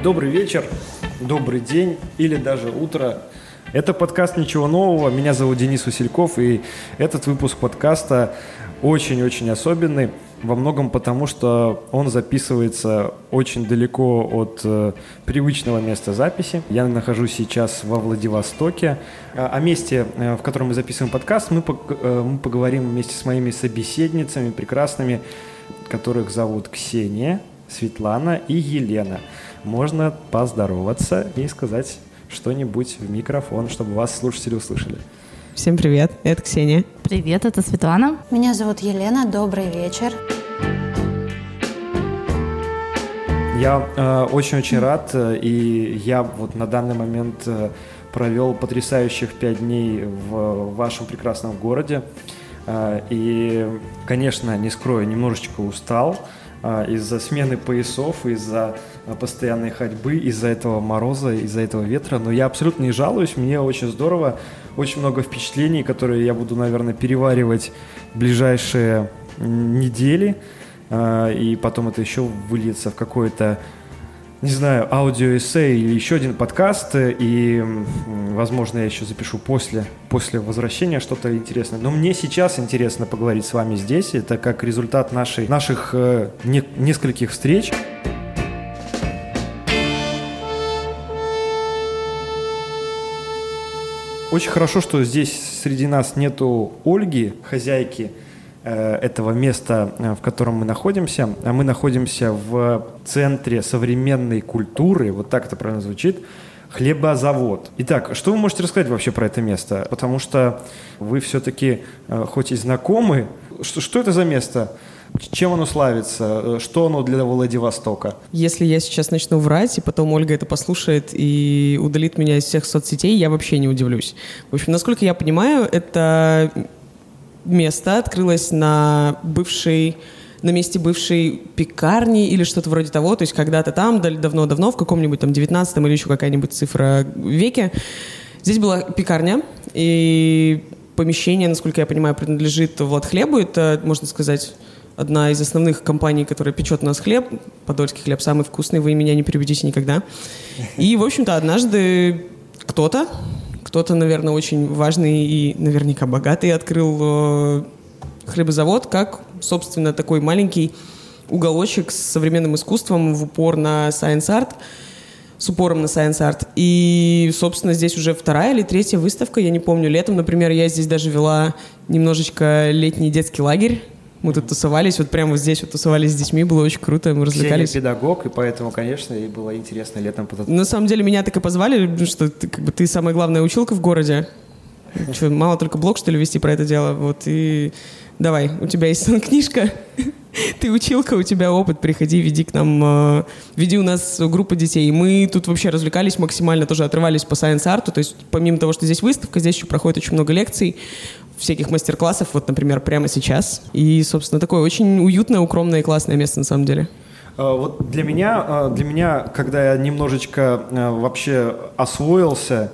Добрый вечер, добрый день или даже утро. Это подкаст «Ничего нового». Меня зовут Денис Васильков, и этот выпуск подкаста очень-очень особенный. Во многом потому, что он записывается очень далеко от привычного места записи. Я нахожусь сейчас во Владивостоке. О месте, в котором мы записываем подкаст, мы поговорим вместе с моими собеседницами прекрасными, которых зовут Ксения, Светлана и Елена. Можно поздороваться и сказать что-нибудь в микрофон, чтобы вас слушатели услышали. Всем привет, это Ксения. Привет, это Светлана. Меня зовут Елена, добрый вечер. Я очень-очень рад, и я вот на данный момент провел потрясающих 5 дней в вашем прекрасном городе. И, конечно, не скрою, немножечко устал из-за смены поясов, из-за постоянной ходьбы, из-за этого мороза, из-за этого ветра. Но я абсолютно не жалуюсь, мне очень здорово, очень много впечатлений, которые я буду, наверное, переваривать в ближайшие недели. И потом это еще выльется в какое-то, не знаю, аудиоэссе или еще один подкаст. И, возможно, я еще запишу после возвращения что-то интересное. Но мне сейчас интересно поговорить с вами здесь. Это как результат наших нескольких встреч. Очень хорошо, что здесь среди нас нету Ольги, хозяйки этого места, в котором мы находимся. А мы находимся в центре современной культуры, вот так это правильно звучит, хлебозавод. Итак, что вы можете рассказать вообще про это место? Потому что вы все-таки, хоть и знакомы, что это за место? Чем оно славится? Что оно для Владивостока? Если я сейчас начну врать, и потом Ольга это послушает и удалит меня из всех соцсетей, я вообще не удивлюсь. В общем, насколько я понимаю, это место открылось на месте бывшей пекарни или что-то вроде того. То есть когда-то там, давно-давно, в каком-нибудь там 19-м или еще какая-нибудь цифра веке, здесь была пекарня, и помещение, насколько я понимаю, принадлежит Владхлебу. Это, можно сказать, одна из основных компаний, которая печет у нас хлеб. Подольский хлеб самый вкусный, вы меня не переубедите никогда. И, в общем-то, однажды кто-то, наверное, очень важный и наверняка богатый, открыл хлебозавод как, собственно, такой маленький уголочек с современным искусством в упор на сайенс-арт, с упором на сайенс-арт. И, собственно, здесь уже 2-я или 3-я выставка, я не помню. Летом, например, я здесь даже вела немножечко летний детский лагерь. Мы тут тусовались, вот прямо здесь вот тусовались с детьми, было очень круто, мы развлекались. Ксения педагог, и поэтому, конечно, ей было интересно летом. На самом деле меня так и позвали, что ты самая главная училка в городе. Что, мало только блог, что ли, вести про это дело? Вот, и давай, у тебя есть книжка, ты училка, у тебя опыт, приходи, веди к нам, веди у нас группу детей. Мы тут вообще развлекались максимально, тоже отрывались по сайенс-арту, то есть помимо того, что здесь выставка, здесь еще проходит очень много лекций, всяких мастер-классов, вот, например, прямо сейчас. И, собственно, такое очень уютное, укромное и классное место, на самом деле. Вот для меня, когда я немножечко вообще освоился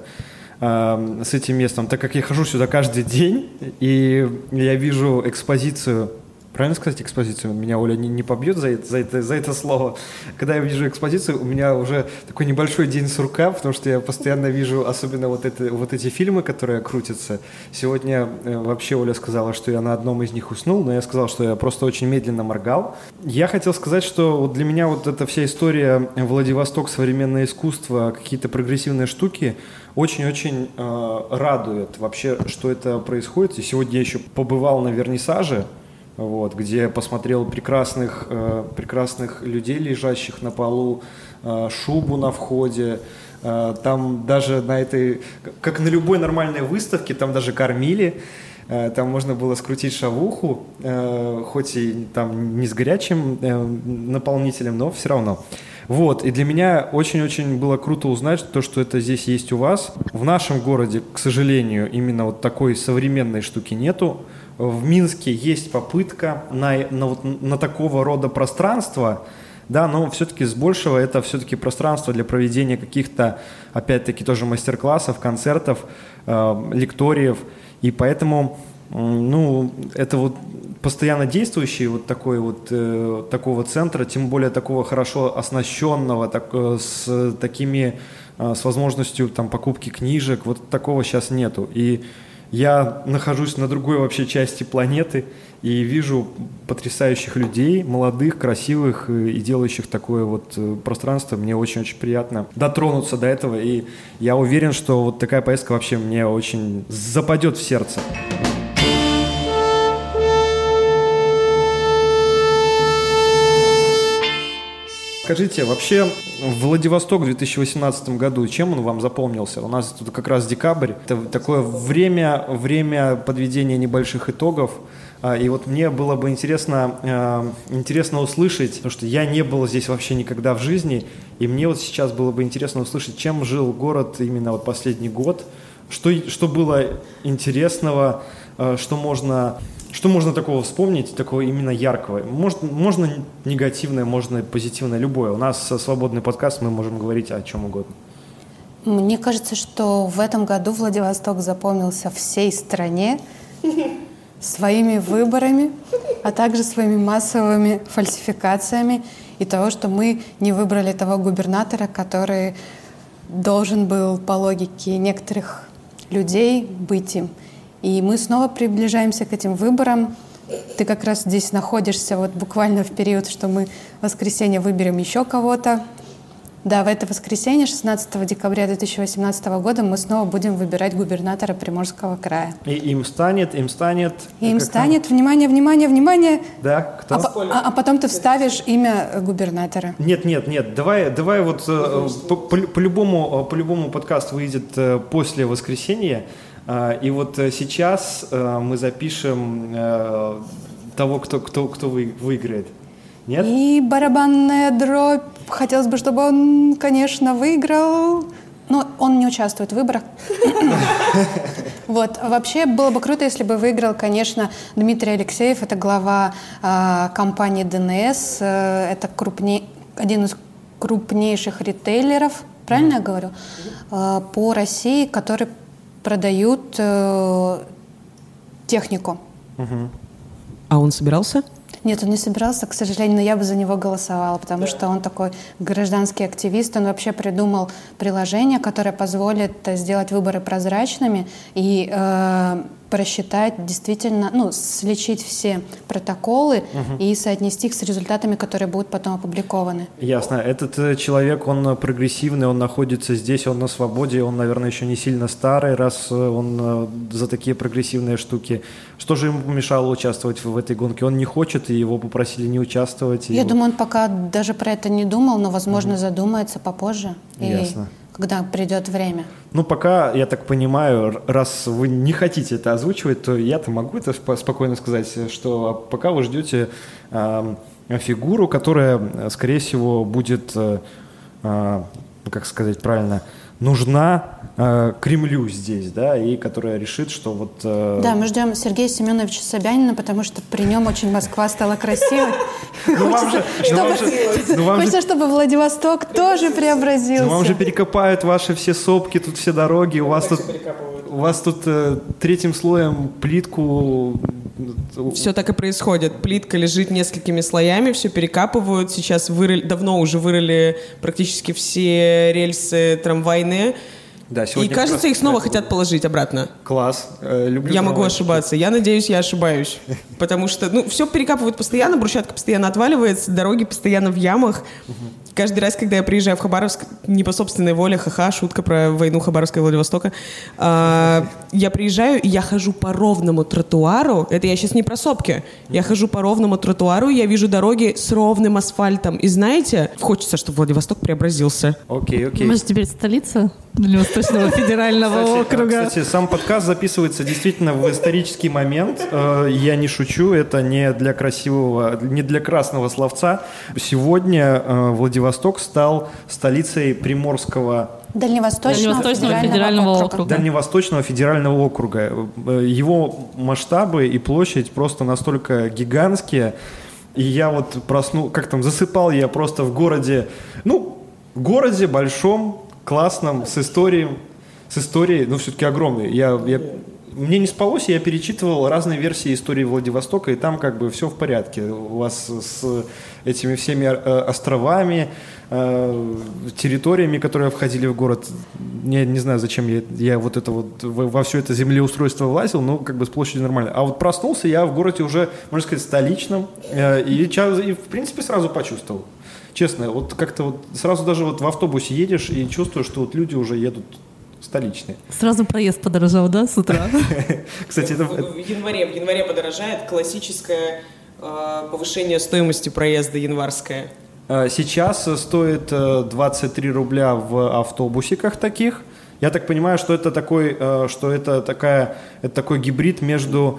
с этим местом, так как я хожу сюда каждый день, и я вижу экспозицию. Правильно сказать экспозицию? Меня Оля не побьет за это слово. Когда я вижу экспозицию, у меня уже такой небольшой день сурка, потому что я постоянно вижу, особенно вот эти фильмы, которые крутятся. Сегодня вообще Оля сказала, что я на одном из них уснул, но я сказал, что я просто очень медленно моргал. Я хотел сказать, что вот для меня вот эта вся история Владивосток, современное искусство, какие-то прогрессивные штуки очень-очень радует вообще, что это происходит. И сегодня я еще побывал на вернисаже, вот, где посмотрел прекрасных людей, лежащих на полу, шубу на входе. Там даже на этой, как на любой нормальной выставке, там даже кормили. Там можно было скрутить шавуху, хоть и там не с горячим наполнителем, но все равно. Вот, и для меня очень-очень было круто узнать то, что это здесь есть у вас. В нашем городе, к сожалению, именно вот такой современной штуки нету. В Минске есть попытка на такого рода пространство, да, но все-таки с большего это все-таки пространство для проведения каких-то, опять-таки, тоже мастер-классов, концертов, лекториев. И поэтому это вот постоянно действующий вот такой вот такого центра, тем более такого хорошо оснащенного, с возможностью там покупки книжек, вот такого сейчас нету. И я нахожусь на другой вообще части планеты и вижу потрясающих людей, молодых, красивых и делающих такое вот пространство. Мне очень-очень приятно дотронуться до этого, и я уверен, что вот такая поездка вообще мне очень западет в сердце. Скажите, вообще Владивосток в 2018 году, чем он вам запомнился? У нас тут как раз декабрь, это такое время подведения небольших итогов. И вот мне было бы интересно услышать, потому что я не был здесь вообще никогда в жизни, и мне вот сейчас было бы интересно услышать, чем жил город именно вот последний год, что было интересного, что можно такого вспомнить, такого именно яркого? Можно негативное, можно позитивное, любое. У нас свободный подкаст, мы можем говорить о чем угодно. Мне кажется, что в этом году Владивосток запомнился всей стране своими выборами, а также своими массовыми фальсификациями и того, что мы не выбрали того губернатора, который должен был по логике некоторых людей быть им. И мы снова приближаемся к этим выборам. Ты как раз здесь находишься вот буквально в период, что мы в воскресенье выберем еще кого-то. Да, в это воскресенье, 16 декабря 2018 года, мы снова будем выбирать губернатора Приморского края. И им станет... Внимание! Да, кто? А потом ты вставишь имя губернатора. Нет, давай вот по-любому подкаст выйдет после воскресенья. И вот сейчас мы запишем того, кто выиграет. Нет? И барабанная дробь. Хотелось бы, чтобы он, конечно, выиграл. Но он не участвует в выборах. Вот. Вообще было бы круто, если бы выиграл, конечно, Дмитрий Алексеев. Это глава компании ДНС. Это один из крупнейших ритейлеров, правильно я говорю, по России, который продают технику. А он собирался? Нет, он не собирался, к сожалению, но я бы за него голосовала, потому что он такой гражданский активист. Он вообще придумал приложение, которое позволит сделать выборы прозрачными и просчитать действительно, сличить все протоколы и соотнести их с результатами, которые будут потом опубликованы. Ясно. Этот человек, он прогрессивный, он находится здесь, он на свободе, он, наверное, еще не сильно старый, раз он за такие прогрессивные штуки. Что же ему помешало участвовать в этой гонке? Он не хочет, и его попросили не участвовать. Я думаю, он пока даже про это не думал, но, возможно, задумается попозже. Ясно. Когда придет время. Пока, я так понимаю, раз вы не хотите это озвучивать, то я-то могу это спокойно сказать, что пока вы ждете фигуру, которая, скорее всего, будет, как сказать правильно, нужна Кремлю здесь, да, и которая решит, что вот... Да, мы ждем Сергея Семеновича Собянина, потому что при нем очень Москва стала красивой. Хочется, чтобы Владивосток тоже преобразился. Вам же перекопают ваши все сопки, тут все дороги, у вас тут третьим слоем плитку... Все так и происходит. Плитка лежит несколькими слоями, все перекапывают. Сейчас давно уже вырыли практически все рельсы трамвайные. Да, и кажется, их снова хотят положить обратно. Класс. Люблю. Я могу ошибаться. Я надеюсь, я ошибаюсь. Потому что, все перекапывают постоянно, брусчатка постоянно отваливается, дороги постоянно в ямах. Каждый раз, когда я приезжаю в Хабаровск, не по собственной воле, шутка про войну Хабаровска и Владивостока, я приезжаю, и я хожу по ровному тротуару. Это я сейчас не про сопки. Я хожу по ровному тротуару, я вижу дороги с ровным асфальтом. И знаете, хочется, чтобы Владивосток преобразился. Окей. Мы же теперь столица Дальневосточного федерального округа. Кстати, сам подкаст записывается действительно в исторический момент. Я не шучу, это не для красного словца. Сегодня Владивосток стал столицей Приморского Дальневосточного федерального округа. Дальневосточного федерального округа. Его масштабы и площадь просто настолько гигантские. И я вот засыпал я просто в городе большом, классном, с историей, все-таки огромной. мне не спалось, и я перечитывал разные версии истории Владивостока, и там как бы все в порядке. У вас с этими всеми островами, территориями, которые входили в город. Я не знаю, зачем я вот это вот во все это землеустройство влазил, но как бы с площадью нормально. А вот проснулся я в городе уже, можно сказать, столичном, и в принципе сразу почувствовал. Честно, вот как-то вот сразу даже вот в автобусе едешь и чувствуешь, что вот люди уже едут столичные. Сразу проезд подорожал, да, с утра? Кстати, это... В январе подорожает классическое повышение стоимости проезда январское. Сейчас стоит 23 рубля в автобусиках таких. Я так понимаю, что это такой, такой гибрид между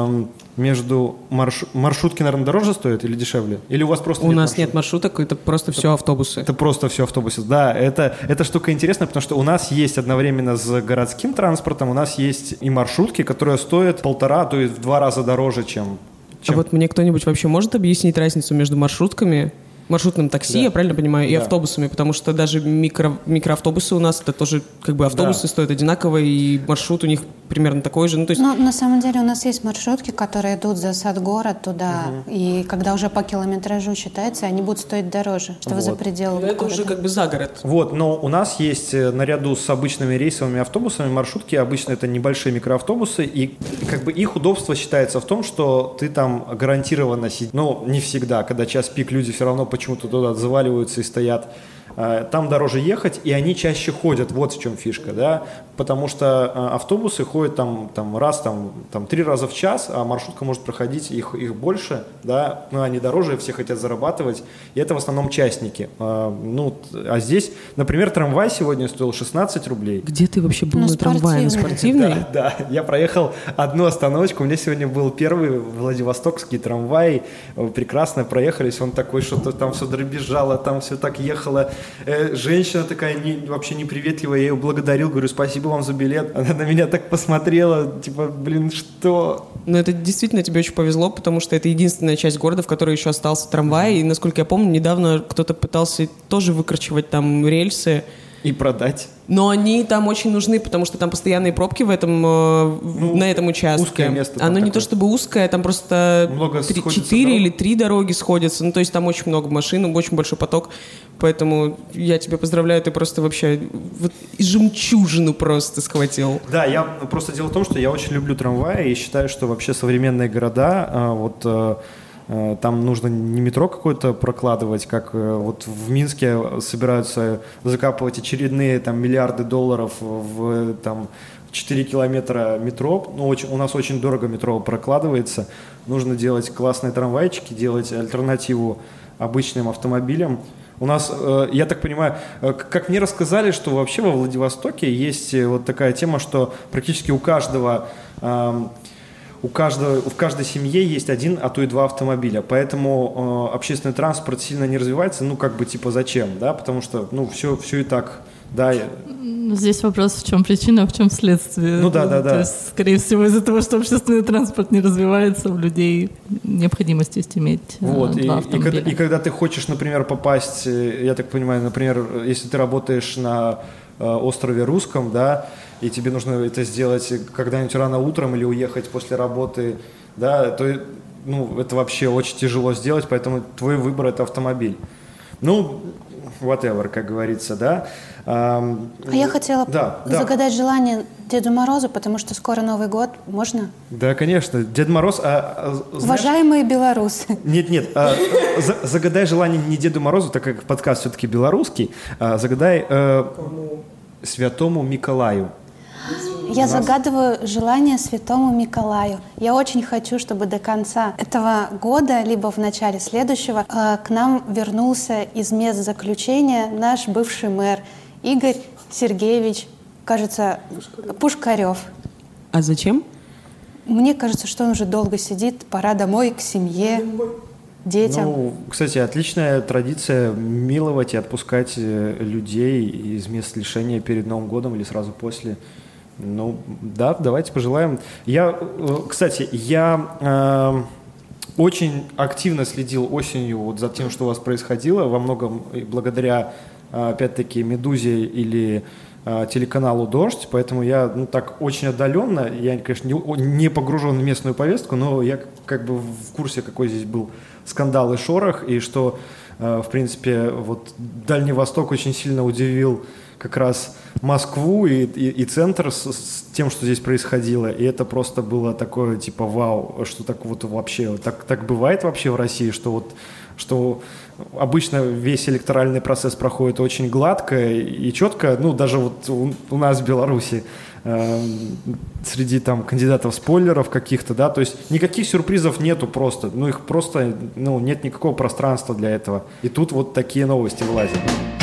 маршрутки, наверное, дороже стоят или дешевле? Или у вас просто у нас нет маршруток, это просто все автобусы. Это просто все автобусы. Да, эта штука интересная, потому что у нас есть одновременно с городским транспортом, у нас есть и маршрутки, которые стоят 1,5, то есть в 2 раза дороже, чем... А вот мне кто-нибудь вообще может объяснить разницу между маршрутным такси, да. Я правильно понимаю, и автобусами, потому что даже микроавтобусы у нас, это тоже как бы автобусы стоят одинаково, и маршрут у них примерно такой же. То есть... Но на самом деле у нас есть маршрутки, которые идут за сад-город туда, и когда уже по километражу считается, они будут стоить дороже, что вы за пределы города. Это уже как бы за город. Вот, но у нас есть наряду с обычными рейсовыми автобусами маршрутки, обычно это небольшие микроавтобусы, и как бы их удобство считается в том, что ты там гарантированно сидишь, но не всегда, когда час пик, люди все равно почему-то туда заваливаются и стоят. Там дороже ехать, и они чаще ходят. Вот в чем фишка, да, потому что автобусы ходят там 3 раза в час, а маршрутка может проходить их больше, да, но они дороже, все хотят зарабатывать, и это в основном частники. А здесь, например, трамвай сегодня стоил 16 рублей. Где ты вообще был на трамвае? На спортивной? Да, я проехал одну остановочку, у меня сегодня был первый владивостокский трамвай, прекрасно проехались, он такой, что-то там все дребезжало, там все так ехало. Женщина такая вообще неприветливая, я ее благодарил, говорю, спасибо вам за билет. Она на меня так посмотрела, типа, блин, что? Ну, это действительно тебе очень повезло, потому что это единственная часть города, в которой еще остался трамвай, и, насколько я помню, недавно кто-то пытался тоже выкручивать там рельсы. И продать. Но они там очень нужны, потому что там постоянные пробки на этом участке. Узкое место. Оно не то чтобы узкое, там просто 4 или 3 дороги сходятся. Ну, то есть там очень много машин, очень большой поток. Поэтому я тебя поздравляю, ты просто вообще вот жемчужину просто схватил. Да, я просто дело в том, что я очень люблю трамваи и считаю, что вообще современные города, там нужно не метро какое-то прокладывать, как вот в Минске собираются закапывать очередные там миллиарды долларов в там 4 километра метро. У нас очень дорого метро прокладывается. Нужно делать классные трамвайчики, делать альтернативу обычным автомобилям. У нас, я так понимаю, как мне рассказали, что вообще во Владивостоке есть вот такая тема, что практически в каждой семье есть 1, а то и 2 автомобиля. Поэтому общественный транспорт сильно не развивается. Зачем, да? Потому что, все и так, да. Здесь вопрос, в чем причина, в чем следствие. Да. То есть, скорее всего, из-за того, что общественный транспорт не развивается, у людей необходимость есть иметь 2 автомобиля. И когда ты хочешь, например, попасть, я так понимаю, например, если ты работаешь на острове Русском, да, и тебе нужно это сделать когда-нибудь рано утром или уехать после работы, да, то это вообще очень тяжело сделать, поэтому твой выбор – это автомобиль. Whatever, как говорится, да. Я хотела загадать желание Деду Морозу, потому что скоро Новый год. Можно? Да, конечно. Дед Мороз... Уважаемые белорусы. Нет. Загадай желание не Деду Морозу, так как подкаст все-таки белорусский. Загадай Святому Миколаю. Я загадываю желание Святому Миколаю. Я очень хочу, чтобы до конца этого года, либо в начале следующего, к нам вернулся из мест заключения наш бывший мэр Игорь Сергеевич, кажется, Пушкарев. А зачем? Мне кажется, что он уже долго сидит, пора домой, к семье, детям. Кстати, отличная традиция миловать и отпускать людей из мест лишения перед Новым годом или сразу после. Да, давайте пожелаем. Я очень активно следил осенью за тем, что у вас происходило, во многом благодаря, опять-таки, «Медузе» или телеканалу «Дождь», поэтому я, так очень отдаленно, я, конечно, не погружен в местную повестку, но я как бы в курсе, какой здесь был скандал и шорох, и что, в принципе, вот Дальний Восток очень сильно удивил как раз Москву и центр с тем, что здесь происходило, и это просто было такое, типа, вау, что так вот вообще, так бывает вообще в России, что обычно весь электоральный процесс проходит очень гладко и четко, даже вот у нас в Беларуси среди там кандидатов-спойлеров каких-то, да, то есть никаких сюрпризов нету просто, их просто, нет никакого пространства для этого. И тут вот такие новости вылазят.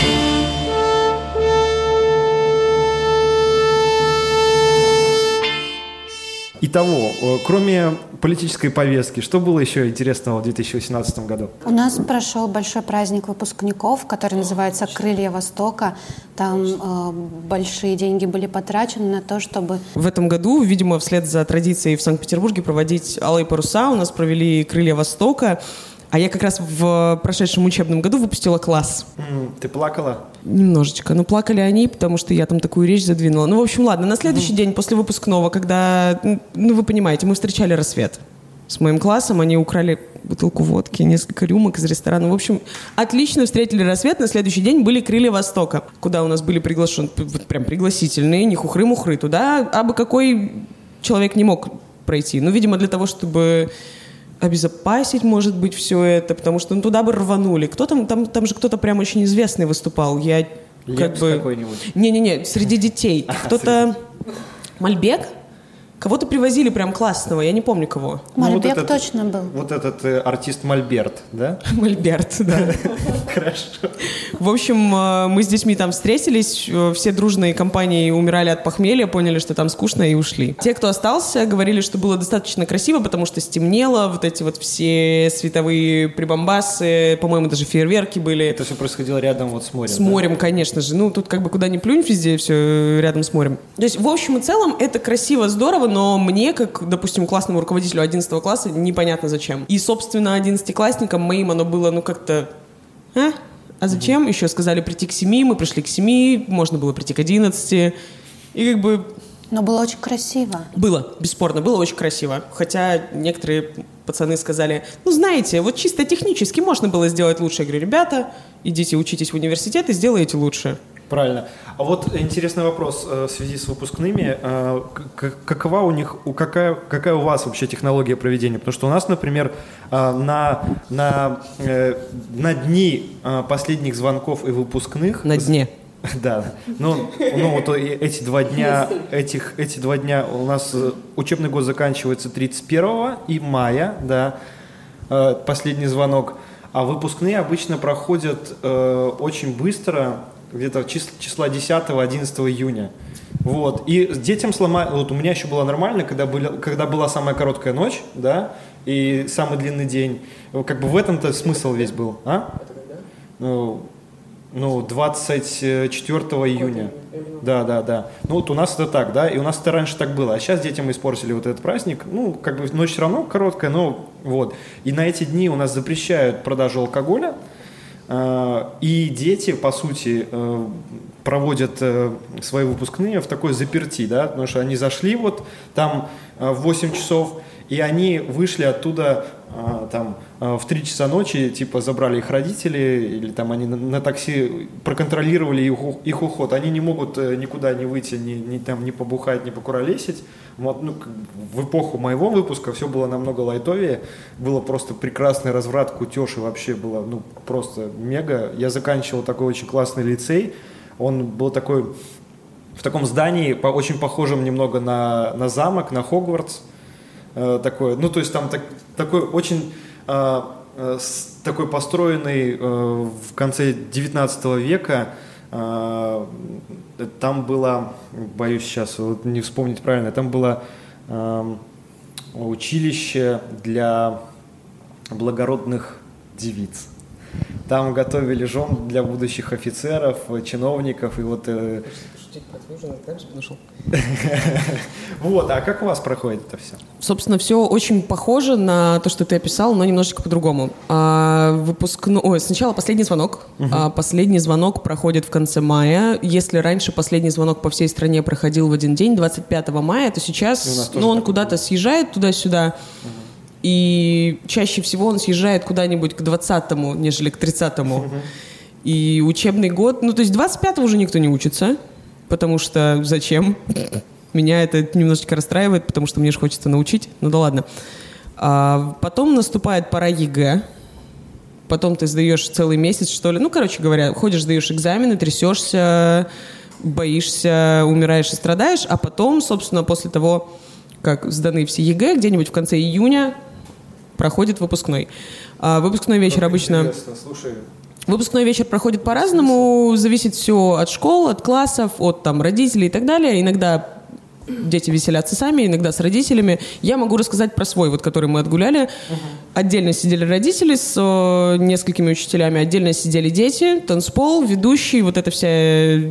Итого, кроме политической повестки, что было еще интересного в 2018 году? У нас прошел большой праздник выпускников, который называется «Крылья Востока». Там большие деньги были потрачены на то, чтобы... В этом году, видимо, вслед за традицией в Санкт-Петербурге проводить «Алые паруса», у нас провели «Крылья Востока». А я как раз в прошедшем учебном году выпустила класс. Ты плакала? Немножечко. Но плакали они, потому что я там такую речь задвинула. В общем, ладно. На следующий день после выпускного, когда, вы понимаете, мы встречали рассвет с моим классом, они украли бутылку водки, несколько рюмок из ресторана. В общем, отлично встретили рассвет. На следующий день были «Крылья Востока», куда у нас были приглашены, прям пригласительные, не хухры-мухры. Туда абы какой человек не мог пройти. Видимо, для того, чтобы... обезопасить, может быть, все это, потому что туда бы рванули. Кто там же кто-то прям очень известный выступал. Я Лепс какой-нибудь? Не-не-не, среди детей. Кто-то... Мальбек? Кого-то привозили прям классного, я не помню кого. Мальбек точно был. Вот этот артист Мольберт, да? Мольберт, да. Хорошо. В общем, мы с детьми там встретились, все дружные компании умирали от похмелья, поняли, что там скучно, и ушли. Те, кто остался, говорили, что было достаточно красиво, потому что стемнело, вот эти вот все световые прибамбасы, по-моему, даже фейерверки были. Это все происходило рядом вот с морем. С морем, конечно же. Тут как бы куда ни плюнь, везде все рядом с морем. То есть, в общем и целом, это красиво, здорово, но мне, как, допустим, классному руководителю 11 класса, непонятно зачем. И, собственно, 11-классникам моим оно было, как-то... А зачем? Еще сказали прийти к 7, мы пришли к 7, можно было прийти к 11. И как бы... Но было очень красиво. Было, бесспорно, было очень красиво. Хотя некоторые пацаны сказали, знаете, вот чисто технически можно было сделать лучше. Я говорю, ребята, идите учитесь в университет и сделаете лучше. Правильно. А вот интересный вопрос в связи с выпускными. Какова у них, какая у вас вообще технология проведения? Потому что у нас, например, на дни последних звонков и выпускных... На дне. Да. Вот эти 2 дня, эти 2 дня у нас учебный год заканчивается 31 и мая, да, последний звонок. А выпускные обычно проходят очень быстро, где-то числа 10-11 июня. Вот. И детям сломать... Вот у меня еще было нормально, когда была самая короткая ночь, да, и самый длинный день. Как бы в этом-то смысл весь был. А? Это когда? 24 июня. Да. Вот у нас это так, да, и у нас это раньше так было. А сейчас детям испортили вот этот праздник. Как бы ночь все равно короткая, но вот. И на эти дни у нас запрещают продажу алкоголя. И дети, по сути, проводят свои выпускные в такой заперти, да, потому что они зашли вот там в 8 часов, и они вышли оттуда там в 3 часа ночи, типа забрали их родители, или там они на такси проконтролировали их уход. Они не могут никуда не выйти, ни побухать, ни покуролесить. Вот, в эпоху моего выпуска все было намного лайтовее, было просто прекрасный разврат, кутеж, и вообще было просто мега. Я заканчивал такой очень классный лицей, он был такой в таком здании, очень похожем немного на замок, на Хогвартс, такой, то есть там такой очень такой построенный в конце 19 века. Там было, боюсь сейчас не вспомнить правильно, там было училище для благородных девиц. Там готовили жен для будущих офицеров, чиновников, и вот... Вот, а как у вас проходит это все? Собственно, все очень похоже на то, что ты описал, но немножечко по-другому. Сначала последний звонок. Последний звонок проходит в конце мая. Если раньше последний звонок по всей стране проходил в один день, 25 мая, то сейчас он куда-то съезжает туда-сюда. И чаще всего он съезжает куда-нибудь к 20-му, нежели к 30-му. И учебный год... то есть 25-го уже никто не учится, потому что зачем? Меня это немножечко расстраивает, потому что мне же хочется научить. Ну да ладно. Потом наступает пора ЕГЭ. Потом ты сдаешь целый месяц, что ли. Короче говоря, ходишь, сдаешь экзамены, трясешься, боишься, умираешь и страдаешь. А потом, собственно, после того, как сданы все ЕГЭ, где-нибудь в конце июня проходит выпускной. Выпускной вечер обычно... Выпускной вечер проходит по-разному, зависит все от школ, от классов, от родителей и так далее. Иногда дети веселятся сами, иногда с родителями. Я могу рассказать про свой, который мы отгуляли. Отдельно сидели родители с несколькими учителями, отдельно сидели дети, танцпол, ведущий, вот это все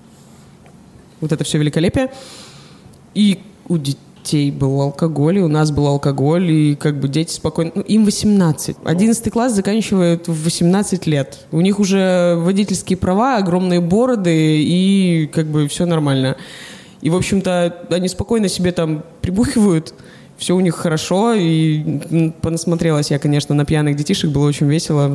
великолепие. И у детей был алкоголь, и у нас был алкоголь, и дети спокойно... им 18. 11 класс заканчивают в 18 лет. У них уже водительские права, огромные бороды, и все нормально. И, в общем-то, они спокойно себе там прибухивают, все у них хорошо, и понасмотрелась я, конечно, на пьяных детишек, было очень весело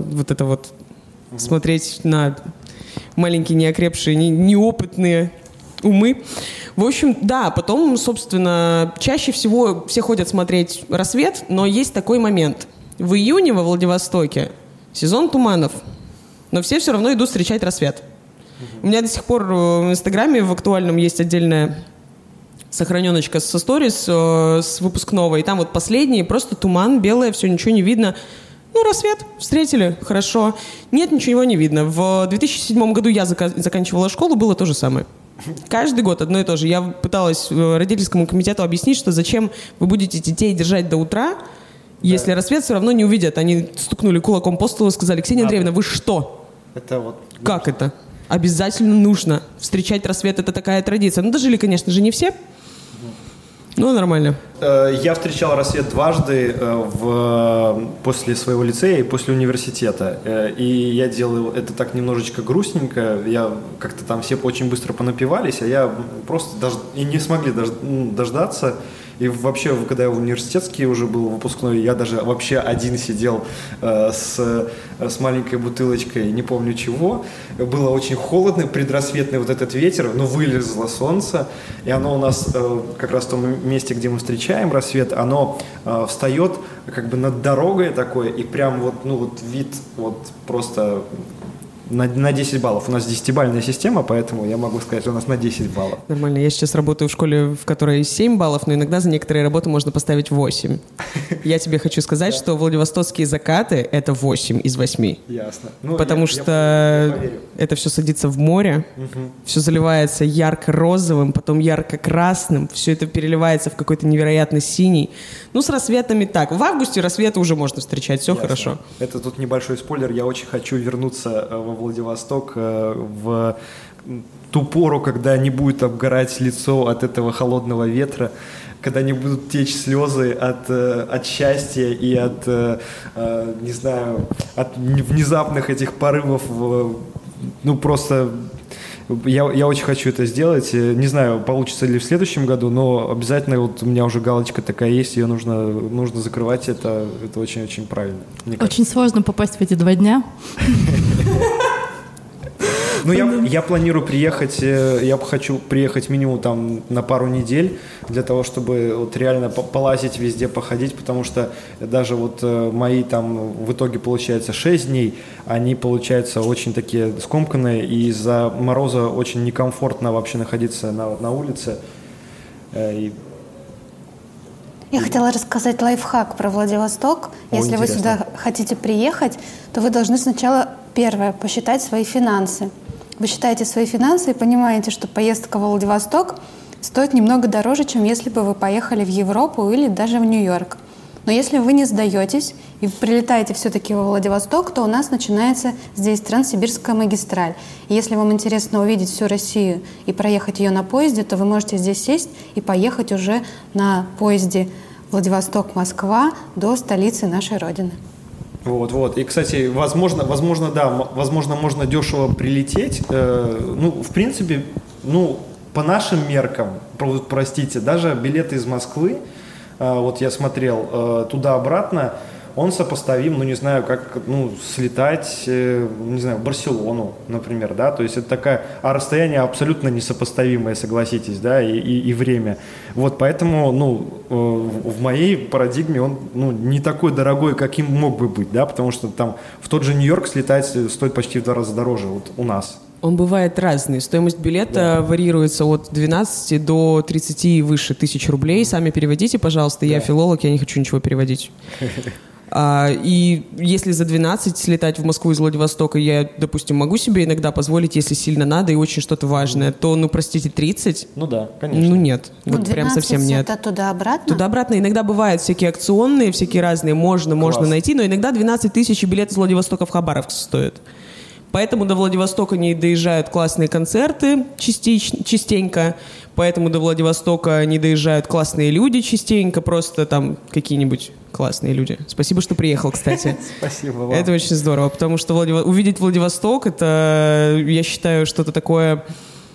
смотреть на маленькие, неокрепшие, неопытные умы. В общем, да, потом, собственно, чаще всего все ходят смотреть «Рассвет», но есть такой момент. В июне во Владивостоке сезон туманов, но все равно идут встречать рассвет. У меня до сих пор в Инстаграме в актуальном есть отдельная сохраненочка со сторис с выпускного, и там последний, просто туман, белое, все, ничего не видно. Рассвет, встретили, хорошо. Нет, ничего не видно. В 2007 году я заканчивала школу, было то же самое. Каждый год одно и то же. Я пыталась родительскому комитету объяснить, что зачем вы будете детей держать до утра, если рассвет все равно не увидят. Они стукнули кулаком по столу и сказали: Ксения Андреевна, вы что? Как это? Обязательно нужно встречать рассвет, это такая традиция. Дожили, конечно же, не все. Нормально. Я встречал рассвет дважды после своего лицея и после университета. И я делал это так немножечко грустненько. Я как-то там все очень быстро понапивались, а я просто и не смогли дождаться. И вообще, когда я в университетский уже был выпускной, я даже вообще один сидел с маленькой бутылочкой, не помню чего. Было очень холодно, предрассветный этот ветер, но вылезло солнце. И оно у нас как раз в том месте, где мы встречаем рассвет, оно встает над дорогой такой, и прям вид просто... На 10 баллов. У нас 10-бальная система, поэтому я могу сказать, что у нас на 10 баллов. Нормально. Я сейчас работаю в школе, в которой 7 баллов, но иногда за некоторые работы можно поставить 8. Я тебе хочу сказать, что владивостокские закаты — это 8 из 8. Ясно. Потому что это все садится в море, все заливается ярко-розовым, потом ярко-красным, все это переливается в какой-то невероятно синий. С рассветами так. В августе рассветы уже можно встречать, все хорошо. Это тут небольшой спойлер. Я очень хочу вернуться во Владивосток в ту пору, когда не будет обгорать лицо от этого холодного ветра, когда не будут течь слезы от счастья и от внезапных этих порывов. Просто я очень хочу это сделать. Не знаю, получится ли в следующем году, но обязательно у меня уже галочка такая есть, ее нужно закрывать. Это очень-очень правильно. Очень сложно попасть в эти 2 дня. Я планирую приехать, я хочу приехать минимум на пару недель для того, чтобы реально полазить везде, походить, потому что даже мои в итоге получается 6 дней, они получаются очень такие скомканные, и из-за мороза очень некомфортно вообще находиться на улице. Я хотела рассказать лайфхак про Владивосток. Если вы сюда хотите приехать, то вы должны сначала, первое, посчитать свои финансы. Вы считаете свои финансы и понимаете, что поездка во Владивосток стоит немного дороже, чем если бы вы поехали в Европу или даже в Нью-Йорк. Но если вы не сдаетесь и прилетаете все-таки во Владивосток, то у нас начинается здесь Транссибирская магистраль. И если вам интересно увидеть всю Россию и проехать ее на поезде, то вы можете здесь сесть и поехать уже на поезде Владивосток-Москва до столицы нашей Родины. Вот. И, кстати, возможно, можно дешево прилететь. В принципе, по нашим меркам, простите, даже билеты из Москвы, вот я смотрел туда-обратно, он сопоставим, слетать, в Барселону, например, да, то есть это такая, а расстояние абсолютно несопоставимое, согласитесь, да, и время. Вот поэтому, в моей парадигме он, не такой дорогой, каким мог бы быть, да, потому что там в тот же Нью-Йорк слетать стоит почти в 2 раза дороже вот у нас. Он бывает разный. Стоимость билета варьируется от 12 до 30 и выше тысяч рублей. Сами переводите, пожалуйста. Я филолог, я не хочу ничего переводить. И если за 12 слетать в Москву из Владивостока я, допустим, могу себе иногда позволить, если сильно надо и очень что-то важное, то, простите, 30? Да, конечно. Нет. Вот прям совсем нет. Это туда-обратно? Туда-обратно. Иногда бывают всякие акционные, всякие разные, можно найти, но иногда 12 тысяч и билет из Владивостока в Хабаровск стоит. Поэтому до Владивостока не доезжают классные концерты частенько, поэтому до Владивостока не доезжают классные люди частенько, просто там какие-нибудь классные люди. Спасибо, что приехал, кстати. Спасибо вам. Это очень здорово, потому что увидеть Владивосток, это, я считаю, что-то такое...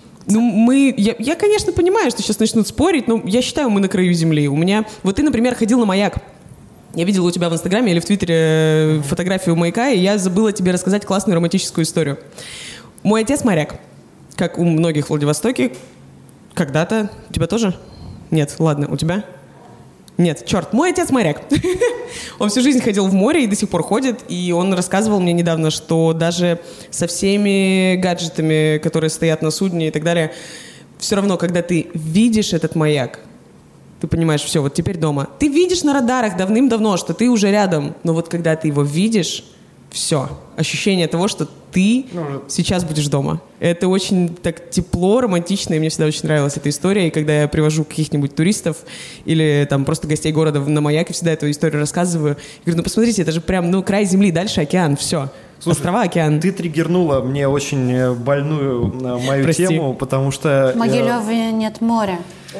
Я, конечно, понимаю, что сейчас начнут спорить, но я считаю, мы на краю земли. Вот ты, например, ходил на маяк. Я видела у тебя в Инстаграме или в Твиттере фотографию маяка, и я забыла тебе рассказать классную романтическую историю. Мой отец моряк, как у многих в Владивостоке. Когда-то. У тебя тоже? Нет, ладно, у тебя? Нет, черт, мой отец моряк. Он всю жизнь ходил в море и до сих пор ходит, и он рассказывал мне недавно, что даже со всеми гаджетами, которые стоят на судне и так далее, все равно, когда ты видишь этот маяк, ты понимаешь, все, вот теперь дома. Ты видишь на радарах давным-давно, что ты уже рядом, но вот когда ты его видишь, все. Ощущение того, что ты сейчас будешь дома. Это очень так тепло, романтично, и мне всегда очень нравилась эта история. И когда я привожу каких-нибудь туристов или там просто гостей города на маяк, я всегда эту историю рассказываю. Я говорю, посмотрите, это же прям, край земли, дальше океан, все. Слушай, острова, океан. Ты триггернула мне очень больную мою тему, потому что... В Могилеве нет моря.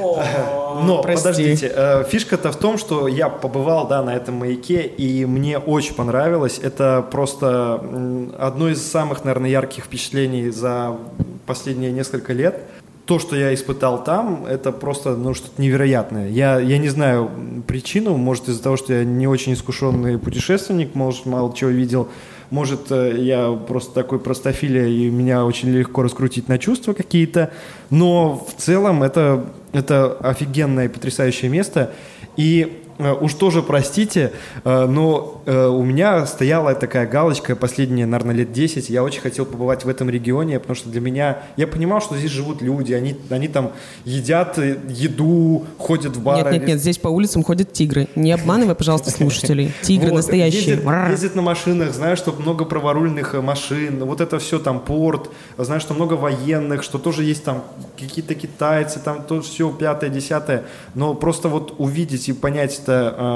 Но, подождите, фишка-то в том, что я побывал, на этом маяке, и мне очень понравилось. Это просто одно из самых, наверное, ярких впечатлений за последние несколько лет. То, что я испытал там, это просто, что-то невероятное. Я не знаю причину, может, из-за того, что я не очень искушенный путешественник, может, мало чего видел, может, я просто такой простофиля, и меня очень легко раскрутить на чувства какие-то, но в целом это офигенное и потрясающее место. И уж тоже простите, но у меня стояла такая галочка последние, наверное, лет 10. Я очень хотел побывать в этом регионе, потому что для меня... Я понимал, что здесь живут люди, они там едят еду, ходят в бары. Нет, здесь по улицам ходят тигры. Не обманывай, пожалуйста, слушателей. Тигры настоящие. Ездят на машинах, знаю, что много праворульных машин, вот это все там порт, знаю, что много военных, что тоже есть там какие-то китайцы, там то все, 5-10. Но просто вот увидеть и понять это,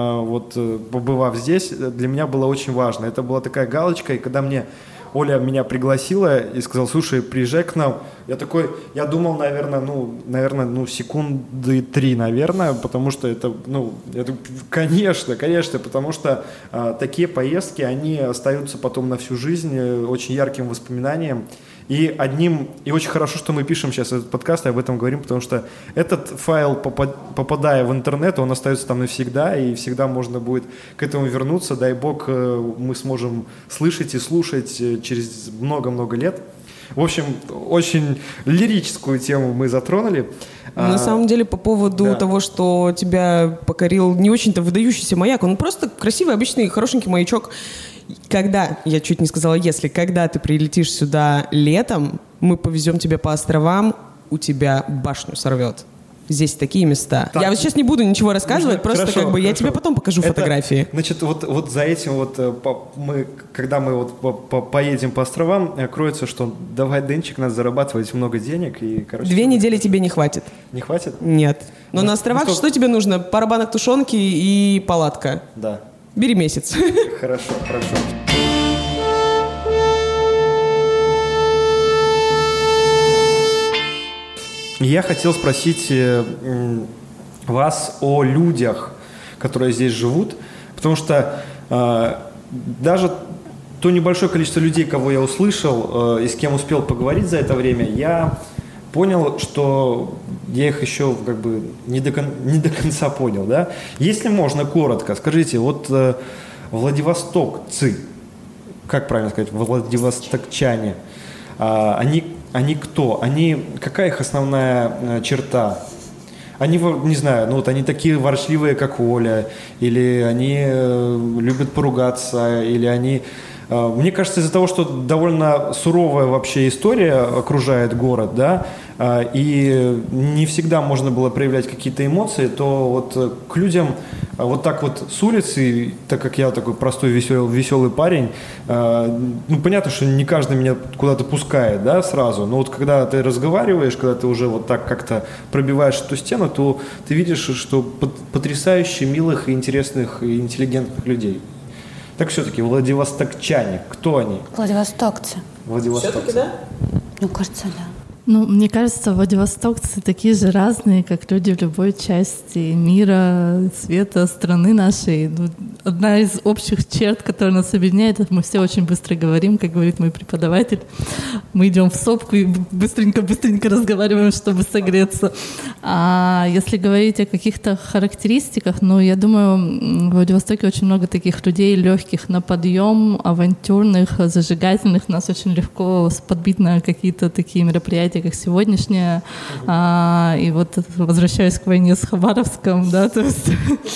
побывав здесь, для меня было очень важно. Это была такая галочка, и когда Оля меня пригласила и сказала, слушай, приезжай к нам. Я думал, наверное, секунды 3, наверное, потому что конечно, потому что такие поездки, они остаются потом на всю жизнь очень ярким воспоминанием. И очень хорошо, что мы пишем сейчас этот подкаст и об этом говорим, потому что этот файл, попадая в интернет, он остается там навсегда, и всегда можно будет к этому вернуться. Дай бог, мы сможем слышать и слушать через много-много лет. В общем, очень лирическую тему мы затронули. На самом деле, по поводу того, что тебя покорил не очень-то выдающийся маяк, он просто красивый, обычный, хорошенький маячок. Когда ты прилетишь сюда летом, мы повезем тебя по островам, у тебя башню сорвет. Здесь такие места. Так. Я вот сейчас не буду ничего рассказывать, просто хорошо, как бы я тебе потом покажу фотографии. Значит, вот за этим когда мы поедем по островам, кроется, что давай, Денчик, надо зарабатывать много денег. И, 2 недели тебе не хватит. Не хватит? Нет. Но на островах что тебе нужно? Пара банок тушенки и палатка. Да. Бери месяц. Хорошо. Я хотел спросить вас о людях, которые здесь живут, потому что даже то небольшое количество людей, кого я услышал и с кем успел поговорить за это время, я понял, что я их еще как бы не до конца понял. Да? Если можно, коротко, скажите, вот владивостокцы, как правильно сказать, владивостокчане, они кто? Какая их основная черта? Они, не знаю, они такие ворчливые, как Оля, или они любят поругаться, или они... Мне кажется, из-за того, что довольно суровая вообще история окружает город, да, и не всегда можно было проявлять какие-то эмоции, то вот к людям вот так вот с улицы, так как я такой простой веселый парень, понятно, что не каждый меня куда-то пускает, да, сразу, но вот когда ты разговариваешь, когда ты уже вот так как-то пробиваешь эту стену, то ты видишь, что потрясающе милых и интересных и интеллигентных людей. Так все-таки владивостокчане, кто они? Владивостокцы. Все-таки, да? Кажется, да. Мне кажется, владивостокцы такие же разные, как люди в любой части мира, света, страны нашей. Одна из общих черт, которая нас объединяет, это мы все очень быстро говорим, как говорит мой преподаватель. Мы идем в сопку и быстренько разговариваем, чтобы согреться. А если говорить о каких-то характеристиках, я думаю, в Владивостоке очень много таких людей легких на подъем, авантюрных, зажигательных. Нас очень легко подбить на какие-то такие мероприятия, как сегодняшнее. И вот возвращаюсь к войне с Хабаровском, да, то есть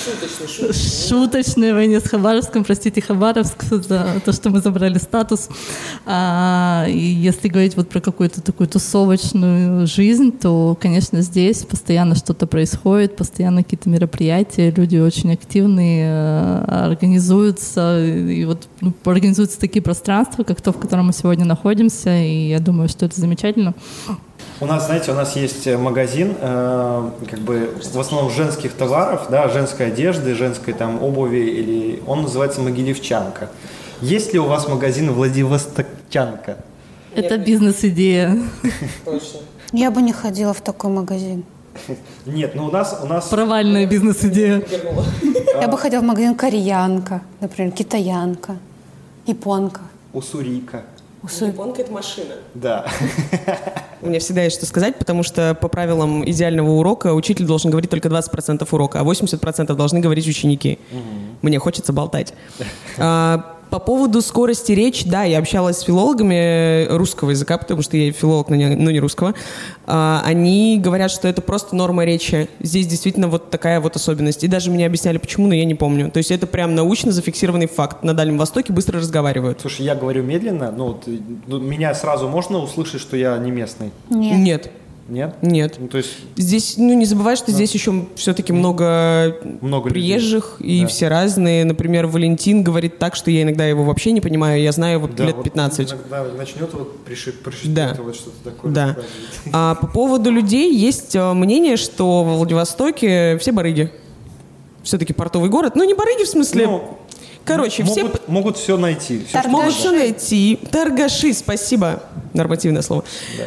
шуточной войне с Хабаровском, простите, Хабаровск, за то, что мы забрали статус. И если говорить вот про какую-то такую тусовочную жизнь, то, конечно, здесь постоянно что-то происходит, постоянно какие-то мероприятия, люди очень активные, организуются, и вот организуются такие пространства, как то, в котором мы сегодня находимся, и я думаю, что это замечательно. У нас есть магазин, как бы в основном женских товаров, да, женской одежды, женской там обуви, он называется «Могилевчанка». Есть ли у вас магазин «Владивостокчанка»? Это бизнес-идея. Точно. Я бы не ходила в такой магазин. Нет, у нас... Провальная бизнес-идея. Я бы ходила в магазин «Кореянка», например, «Китаянка», «Японка». «Уссурийка». Японка — это машина. Да. У меня всегда есть что сказать, потому что по правилам идеального урока учитель должен говорить только 20% урока, а 80% должны говорить ученики. Мне хочется болтать. По поводу скорости речи, да, я общалась с филологами русского языка, потому что я филолог, но не русского. Они говорят, что это просто норма речи. Здесь действительно вот такая вот особенность. И даже мне объясняли, почему, но я не помню. То есть это прям научно зафиксированный факт. На Дальнем Востоке быстро разговаривают. Слушай, я говорю медленно, меня сразу можно услышать, что я не местный? Нет. Нет? Нет. То есть... Здесь, не забывай, что здесь еще все-таки много приезжих, людей. И все разные. Например, Валентин говорит так, что я иногда его вообще не понимаю. Я знаю его лет 15. Иногда начнет пришить да. вот что-то такое. Да. А по поводу людей есть мнение, что во Владивостоке все барыги. Все-таки портовый город. Не барыги в смысле... Короче, могут все найти. Могут все найти. Торгаши, спасибо. Нормативное слово.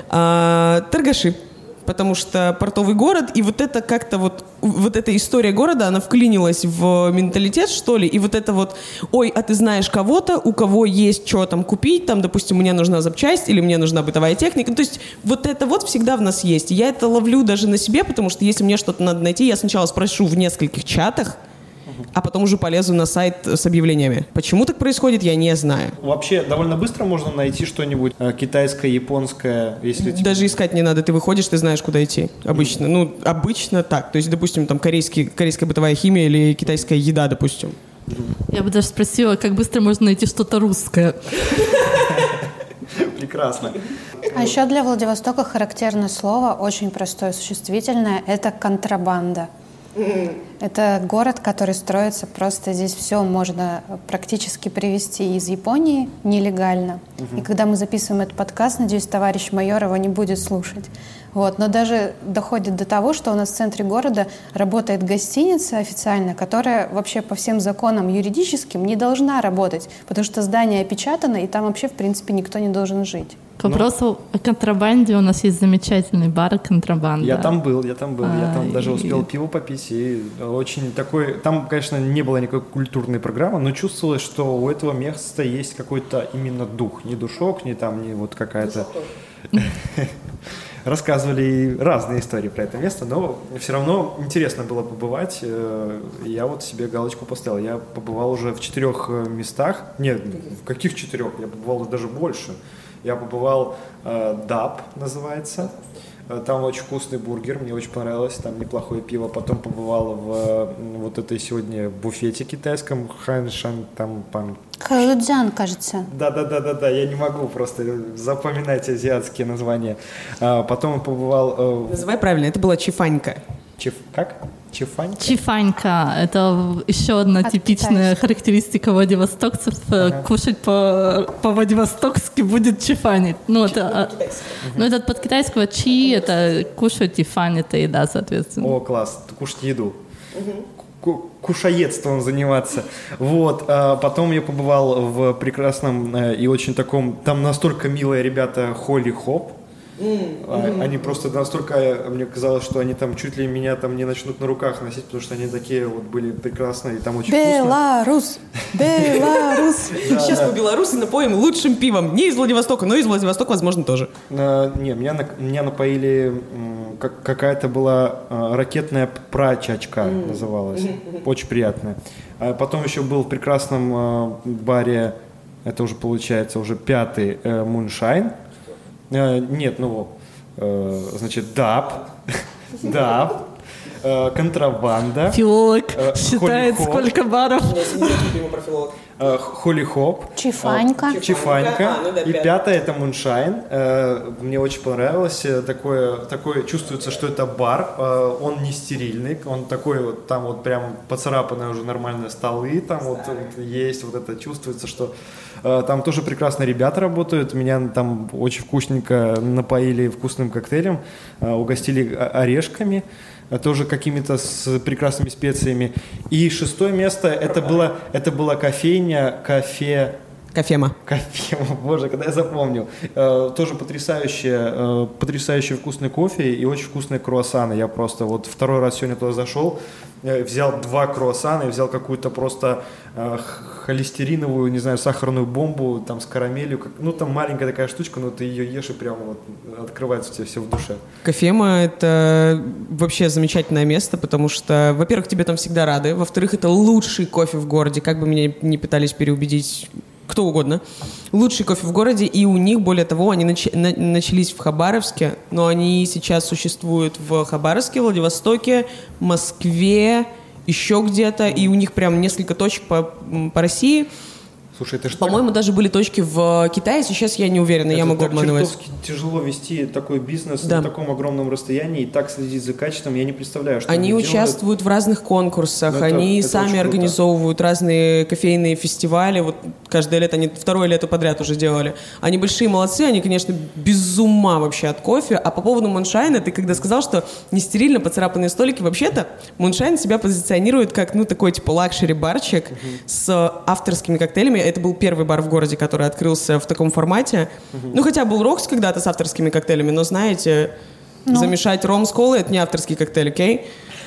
Да. Торгаши. Потому что портовый город, и вот это как-то вот эта история города, она вклинилась в менталитет, что ли, и вот это вот, ой, а ты знаешь кого-то, у кого есть что там купить, там, допустим, мне нужна запчасть, или мне нужна бытовая техника, то есть вот это вот всегда в нас есть. Я это ловлю даже на себе, потому что если мне что-то надо найти, я сначала спрошу в нескольких чатах, а потом уже полезу на сайт с объявлениями. Почему так происходит, я не знаю. Вообще, довольно быстро можно найти что-нибудь китайское, японское, если... Даже искать не надо, ты выходишь, ты знаешь, куда идти. Обычно. Обычно так. То есть, допустим, там корейская бытовая химия или китайская еда, допустим. Я бы даже спросила, как быстро можно найти что-то русское. Прекрасно. А еще для Владивостока характерное слово, очень простое, существительное, это контрабанда. Это город, который строится просто здесь все можно практически привезти из Японии нелегально. И когда мы записываем этот подкаст, надеюсь, товарищ майор его не будет слушать. Вот. Но даже доходит до того, что у нас в центре города работает гостиница официально, которая вообще по всем законам юридическим не должна работать, потому что здание опечатано, и там вообще, в принципе, никто не должен жить. К вопросу о контрабанде у нас есть замечательный бар «Контрабанда». Я там был. Я там даже успел пиво попить. И очень такой... Там, конечно, не было никакой культурной программы, но чувствовалось, что у этого места есть какой-то именно дух. Не душок, не там, не вот какая-то... Рассказывали разные истории про это место, но все равно интересно было побывать. Я вот себе галочку поставил. Я побывал уже в 4 местах. Нет, в каких 4? Я побывал даже больше. Я побывал, Даб называется. Там очень вкусный бургер, мне очень понравилось, там неплохое пиво. Потом побывал в вот этой сегодня буфете китайском, Ханшан там пан. Хэлудзян, кажется. Да, я не могу просто запоминать азиатские названия. Потом побывал... Называй правильно, это была чифанька. Как? Чифанька? Чифанька – это еще одна типичная характеристика владивостокцев. Кушать по-владивостокски будет чифанить. Ну, это под китайского чи – это кушать, и фань – это еда, соответственно. О, класс, кушать еду. Кушаедством заниматься. Вот. Потом я побывал в прекрасном и очень таком... Там настолько милые ребята Холли Хоп. Они просто настолько, мне казалось, что они там чуть ли меня там не начнут на руках носить, потому что они такие вот были прекрасные, и там очень Беларусь! Беларусь! Сейчас мы белорусы напоим лучшим пивом. Не из Владивостока, но из Владивостока, возможно, тоже. Не, меня напоили, какая-то была ракетная прачачка называлась. Очень приятная. Потом еще был в прекрасном баре, это уже получается уже 5-й Moonshine. Нет, значит, Даб, контрабанда. Филолог считает, сколько баров. Холли Хоп. Чифанька. И 5-е это Moonshine. Мне очень понравилось. Такое чувствуется, что это бар. Он не стерильный. Он такой вот, там вот прям поцарапанные уже нормальные столы. Там вот есть, вот это чувствуется, что там тоже прекрасно ребята работают. Меня там очень вкусненько напоили вкусным коктейлем. Угостили орешками. Тоже какими-то с прекрасными специями. И 6-е место это была кофейня, Кофема. Боже, когда я запомнил. Тоже потрясающий вкусный кофе и очень вкусные круассаны. Я просто вот 2-й раз сегодня туда зашел, взял 2 круассана и взял какую-то просто холестериновую, не знаю, сахарную бомбу там с карамелью. Там маленькая такая штучка, но ты ее ешь и прямо вот открывается у тебя все в душе. Кофема — это вообще замечательное место, потому что, во-первых, тебе там всегда рады, во-вторых, это лучший кофе в городе, как бы меня не пытались переубедить кто угодно. Лучший кофе в городе, и у них, более того, они начались в Хабаровске, но они сейчас существуют в Хабаровске, Владивостоке, Москве, еще где-то, и у них прям несколько точек по России. Слушай, это что? По-моему, даже были точки в Китае, сейчас я не уверена, я могу обманывать. Это тяжело вести такой бизнес на таком огромном расстоянии и так следить за качеством, я не представляю, что они участвуют в разных конкурсах, они сами организовывают разные кофейные фестивали, вот каждое лето, они 2-е лето подряд уже делали. Они большие молодцы, они, конечно, без ума вообще от кофе, а по поводу Moonshine, ты когда сказал, что не стерильно поцарапанные столики, вообще-то Moonshine себя позиционирует как, такой типа лакшери-барчик с авторскими коктейлями. Это был первый бар в городе, который открылся в таком формате. Хотя был Рокс когда-то с авторскими коктейлями, но, знаете, замешать ром с колой — это не авторский коктейль, окей?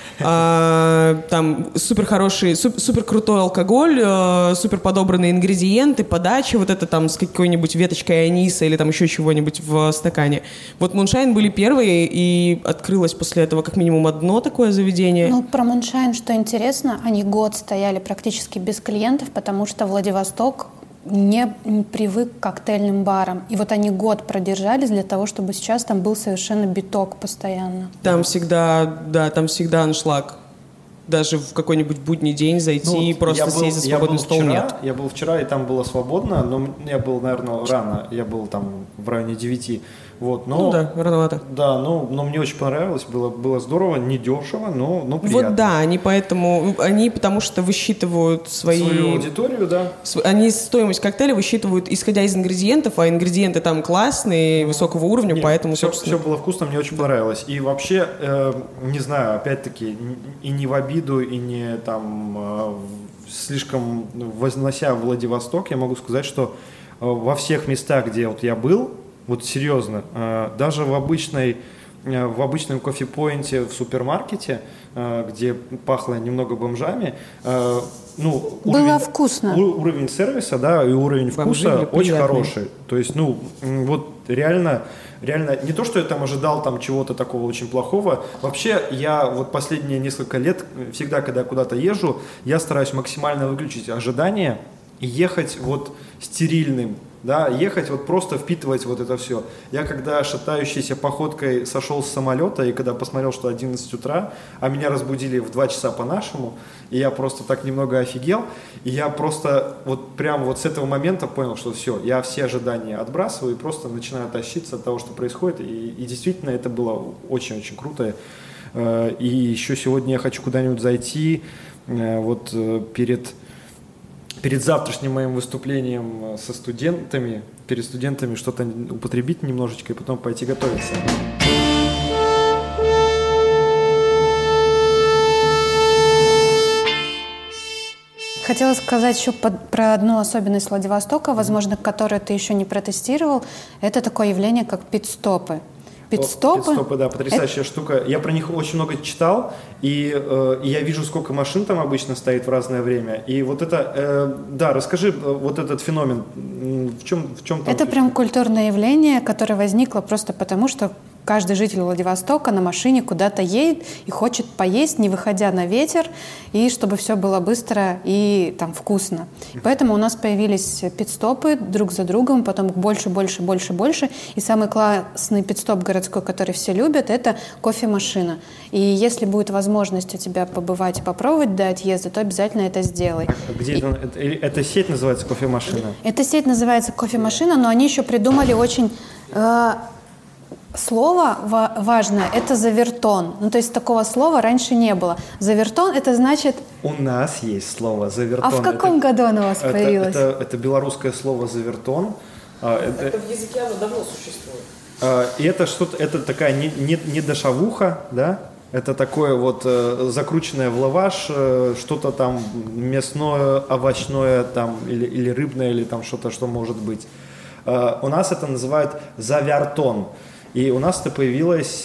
Там супер хороший, супер крутой алкоголь, супер подобранные ингредиенты, подача, вот это там с какой-нибудь веточкой аниса или там еще чего-нибудь в стакане. Вот Moonshine были первые, и открылось после этого как минимум одно такое заведение. Про Moonshine, что интересно, они год стояли практически без клиентов, потому что Владивосток не привык к коктейльным барам. И вот они год продержались для того, чтобы сейчас там был совершенно биток постоянно. Там всегда аншлаг. даже в какой-нибудь будний день зайти и просто сесть за свободный стол нет. Я был вчера, и там было свободно, но я был, наверное, рано. Я был там в районе 9. Вот, но, рановато. Да, но мне очень понравилось, было здорово, недешево, но приятно. Вот да, они потому что высчитывают свою аудиторию, да. Они стоимость коктейля высчитывают, исходя из ингредиентов, а ингредиенты там классные, высокого уровня, поэтому, собственно... Все было вкусно, мне очень понравилось. И вообще, не знаю, опять-таки, и не в обиду, и не там слишком вознося Владивосток, я могу сказать, что во всех местах, где вот я был, вот серьезно, даже в обычном кофе-поинте в супермаркете, где пахло немного бомжами, было вкусно. Уровень сервиса, да, и уровень вкуса очень хороший. То есть, вот реально, не то, что я там ожидал там чего-то такого очень плохого. Вообще, я вот последние несколько лет, всегда, когда я куда-то езжу, я стараюсь максимально выключить ожидания и ехать вот стерильным. Да, ехать, вот просто впитывать вот это все. Я когда шатающейся походкой сошел с самолета, и когда посмотрел, что 11 утра, а меня разбудили в 2 часа по-нашему, и я просто так немного офигел, и я просто вот прямо вот с этого момента понял, что все, я все ожидания отбрасываю и просто начинаю тащиться от того, что происходит, и действительно это было очень-очень круто. И еще сегодня я хочу куда-нибудь зайти, вот перед завтрашним моим выступлением перед студентами что-то употребить немножечко и потом пойти готовиться. Хотела сказать еще про одну особенность Владивостока, возможно, которую ты еще не протестировал. Это такое явление, как пит-стопы. Пит-стопы, да, потрясающая штука. Я про них очень много читал, и я вижу, сколько машин там обычно стоит в разное время. И вот это, да, расскажи вот этот феномен, в чем там? Это прям культурное явление, которое возникло просто потому, что каждый житель Владивостока на машине куда-то едет и хочет поесть, не выходя на ветер, и чтобы все было быстро и там вкусно. И поэтому у нас появились пит-стопы друг за другом, потом больше. И самый классный пит-стоп городской, который все любят, это кофемашина. И если будет возможность у тебя побывать и попробовать до отъезда, то обязательно это сделай. Где эта сеть называется кофемашина? Эта сеть называется кофемашина, но они еще придумали очень... Слово важное – это завертон. То есть такого слова раньше не было. Завертон – это значит… У нас есть слово завертон. А в каком году оно у вас появилось? Это белорусское слово завертон. Это в языке оно давно существует. И это что-то, это такая не дошавуха, да? Это такое вот закрученное в лаваш, что-то там мясное, овощное там, или рыбное, или там что-то, что может быть. У нас это называют завертон. И у нас это появилось,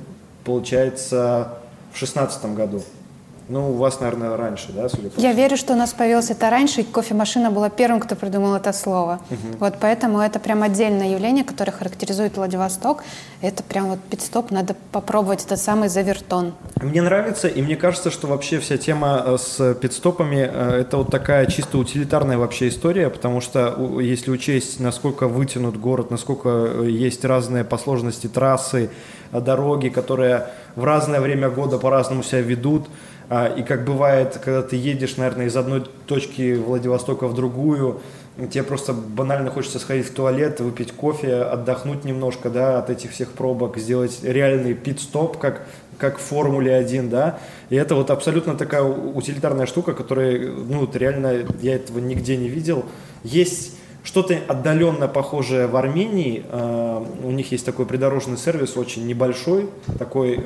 получается, в 2016 году. У вас, наверное, раньше, да, судя по всему? Я верю, что у нас появилось это раньше, и кофемашина была первым, кто придумал это слово. Вот поэтому это прям отдельное явление, которое характеризует Владивосток. Это прям вот пит-стоп, надо попробовать этот самый завертон. Мне нравится, и мне кажется, что вообще вся тема с пит-стопами – это вот такая чисто утилитарная вообще история, потому что если учесть, насколько вытянут город, насколько есть разные по сложности трассы, дороги, которые в разное время года по-разному себя ведут, и как бывает, когда ты едешь, наверное, из одной точки Владивостока в другую, тебе просто банально хочется сходить в туалет, выпить кофе, отдохнуть немножко, да, от этих всех пробок, сделать реальный пит-стоп, как в Формуле 1, да, и это вот абсолютно такая утилитарная штука, которая, реально я этого нигде не видел. Есть что-то отдаленно похожее в Армении, у них есть такой придорожный сервис, очень небольшой, такой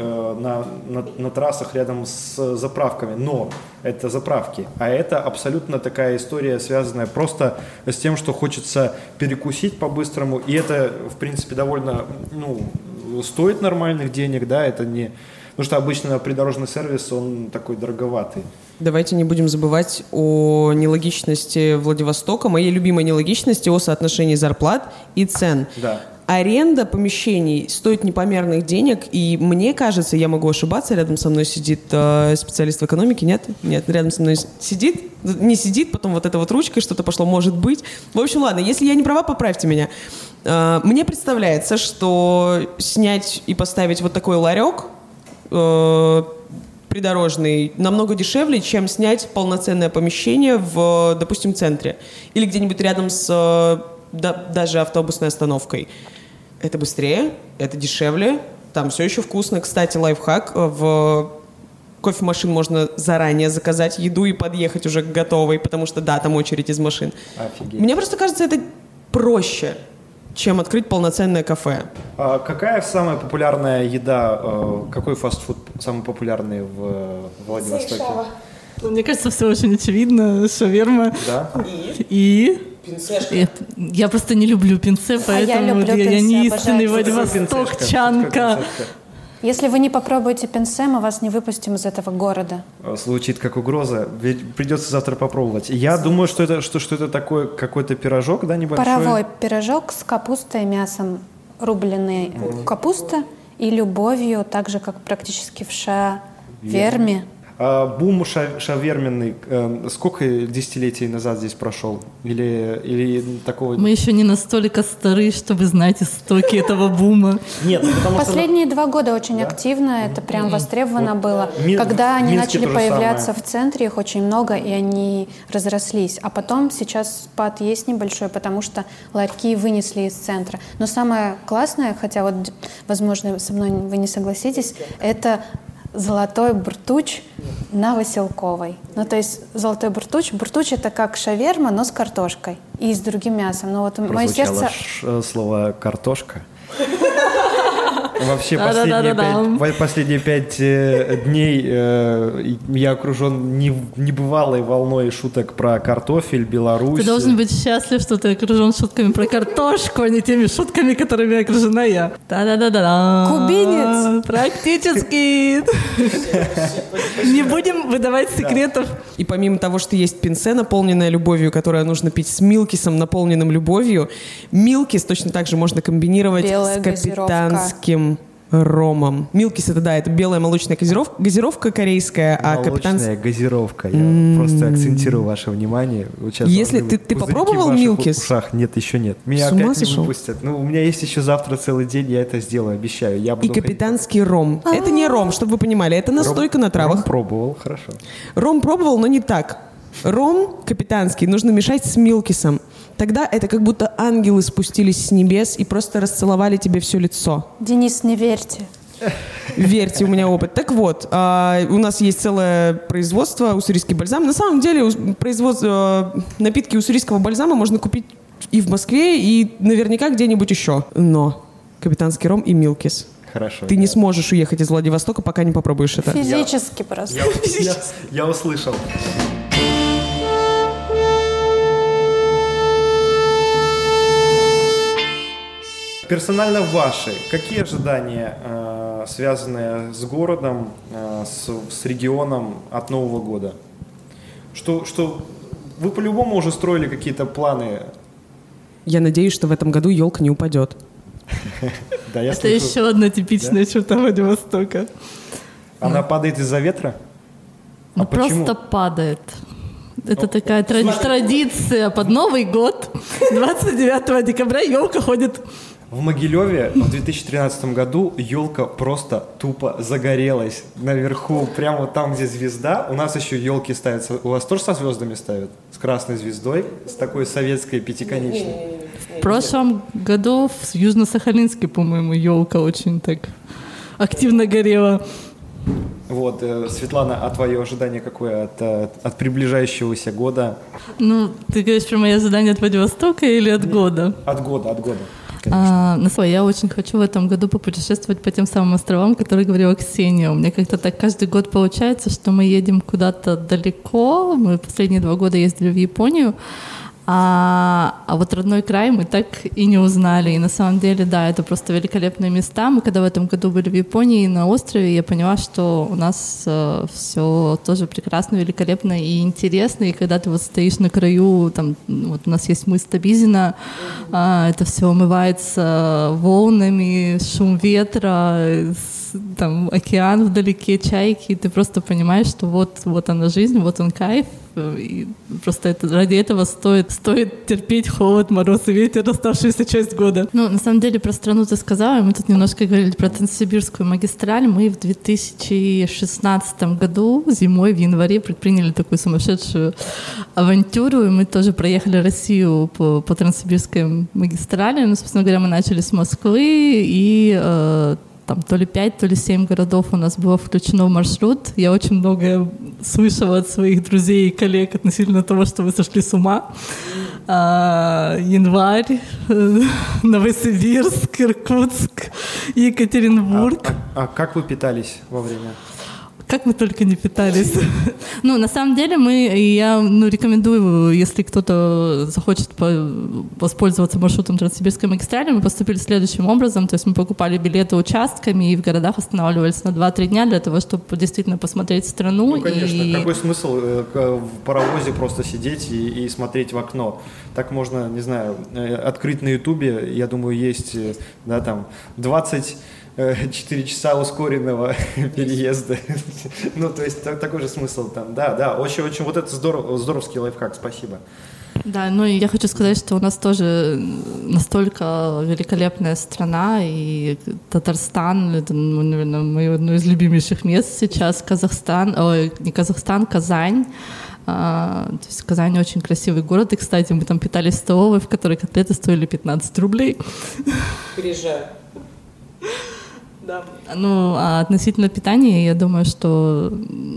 на трассах рядом с заправками, но это заправки, а это абсолютно такая история, связанная просто с тем, что хочется перекусить по-быстрому, и это, в принципе, довольно, стоит нормальных денег, да, это не... Потому что обычно придорожный сервис, он такой дороговатый. Давайте не будем забывать о нелогичности Владивостока, моей любимой нелогичности, о соотношении зарплат и цен. Да. Аренда помещений стоит непомерных денег, и мне кажется, я могу ошибаться, рядом со мной сидит специалист в экономике, нет, рядом со мной не сидит, потом вот эта вот ручкой что-то пошло, может быть. В общем, ладно, если я не права, поправьте меня. Мне представляется, что снять и поставить вот такой ларек придорожный намного дешевле, чем снять полноценное помещение в, допустим, центре. Или где-нибудь рядом с даже автобусной остановкой. Это быстрее, это дешевле, там все еще вкусно. Кстати, лайфхак, в кофемашин можно заранее заказать еду и подъехать уже готовой, потому что, да, там очередь из машин. Офигеть. Мне просто кажется, это проще, чем открыть полноценное кафе. А какая самая популярная еда, какой фастфуд самый популярный в Владивостоке? Мне кажется, все очень очевидно. Шаверма. Да? И... Пинцешка. Я просто не люблю пинце, поэтому я люблю я пинце, не истинный обожаю владивостокчанка. Если вы не попробуете пинце, мы вас не выпустим из этого города. Звучит как угроза. Ведь придется завтра попробовать. Я думаю, что это такой какой-то пирожок, да, небольшой? Паровой пирожок с капустой и мясом. Рубленая капуста и любовью, так же, как практически в шаверме. Бум шаверменный, сколько десятилетий назад здесь прошел? Или такого... Мы еще не настолько стары, чтобы знать истоки этого бума. Нет, потому что... Последние 2 года очень активно, это прям востребовано было. Когда они Минске начали то же появляться самое. в центре, их очень много, и они разрослись. А потом сейчас спад есть небольшой, потому что ларьки вынесли из центра. Но самое классное, хотя вот, возможно, со мной вы не согласитесь, это золотой буртуч на Василковой. Ну, то есть золотой буртуч. Буртуч — это как шаверма, но с картошкой и с другим мясом. Но вот мое сердце... слово «картошка». Вообще Да-да-да-да-да. последние 5 дней я окружен небывалой волной шуток про картофель, Беларусь. Ты должен быть счастлив, что ты окружен шутками про картошку, а не теми шутками, которыми окружена я. Да-да-да-да. Кубинец. Практически. Не будем выдавать секретов. И помимо того, что есть пинце, наполненное любовью, которое нужно пить с милкисом, наполненным любовью, милкис точно так же можно комбинировать Белая с капитанским ромом. Милкис — это, да, это белая молочная газировка корейская, а Молочная газировка. Я просто акцентирую ваше внимание. Вот сейчас Если должны ты быть пузырьки попробовал в ваших милкис? ушах. Нет, еще нет. Меня С ума опять не сошел? выпустят. Ну, у меня есть еще завтра целый день, я это сделаю, обещаю. Я И буду капитанский ром. Это не ром, чтобы вы понимали, это настойка на Ром травах. пробовал, хорошо. Ром пробовал, но не так. Ром капитанский нужно мешать с милкисом. Тогда это как будто ангелы спустились с небес и просто расцеловали тебе все лицо. Денис, не верьте. Верьте, у меня опыт. Так вот, у нас есть целое производство уссурийский бальзам. На самом деле напитки уссурийского бальзама можно купить и в Москве, и наверняка где-нибудь еще. Но капитанский ром и милкис. Хорошо. Ты не сможешь уехать из Владивостока, пока не попробуешь это. Физически просто. Я услышал. Персонально ваши, какие ожидания, связанные с городом, с регионом от Нового года? Что вы по-любому уже строили какие-то планы? Я надеюсь, что в этом году елка не упадет. Да, я Это слышу. еще одна типичная черта Владивостока. Она падает из-за ветра? Ну, почему? просто падает. Это такая традиция под Новый год. 29 декабря елка ходит. В Могилеве в 2013 году елка просто тупо загорелась наверху, прямо вот там, где звезда. У нас еще елки ставятся. У вас тоже со звездами ставят? С красной звездой, с такой советской пятиконечной. В прошлом году в Южно-Сахалинске, по-моему, елка очень так активно горела. Вот, Светлана, а твое ожидание какое от приближающегося года? Ну, ты говоришь про мои ожидания от Владивостока или от года? От года, конечно. Я очень хочу в этом году попутешествовать по тем самым островам, которые говорила Ксения. У меня как-то так каждый год получается, что мы едем куда-то далеко. Мы последние 2 года ездили в Японию. А вот родной край мы так и не узнали. И на самом деле, да, это просто великолепные места. Мы когда в этом году были в Японии на острове, я поняла, что у нас все тоже прекрасно, великолепно и интересно. И когда ты вот стоишь на краю, там, вот у нас есть мыс Табизина, это все омывается волнами, шум ветра, там океан вдалеке, чайки, и ты просто понимаешь, что вот она жизнь, вот он кайф, И просто ради этого стоит терпеть холод, мороз и ветер оставшуюся часть года. Ну, на самом деле, про страну ты сказала, мы тут немножко говорили про Транссибирскую магистраль. Мы в 2016 году зимой, в январе, предприняли такую сумасшедшую авантюру, и мы тоже проехали Россию по Транссибирской магистрали. Ну, собственно говоря, мы начали с Москвы, и там то ли 5, то ли 7 городов у нас было включено в маршрут. Я очень многое слышала от своих друзей и коллег относительно того, что вы сошли с ума. Январь, Новосибирск, Иркутск, Екатеринбург. А как вы питались во время? Как мы только не питались. Ну, на самом деле, я рекомендую, если кто-то захочет воспользоваться маршрутом Транссибирской магистрали, мы поступили следующим образом. То есть мы покупали билеты участками и в городах останавливались на 2-3 дня для того, чтобы действительно посмотреть страну. Ну, конечно. Какой смысл в паровозе просто сидеть и смотреть в окно? Так можно, не знаю, открыть на Ютубе, я думаю, есть, да, там, 24 часа ускоренного переезда. Ну, то есть такой же смысл там. Да, очень-очень, вот это здоровский лайфхак, спасибо. Да, ну и я хочу сказать, что у нас тоже настолько великолепная страна, и Татарстан, это, наверное, мое одно из любимейших мест сейчас, Казань. То есть Казань очень красивый город, и, кстати, мы там питались в столовой, в которой котлеты стоили 15 рублей. Приезжаю. Да. Ну, а относительно питания, я думаю, что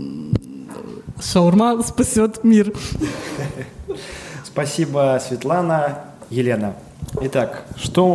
шаурма спасет мир. Спасибо, Светлана. Елена. Итак,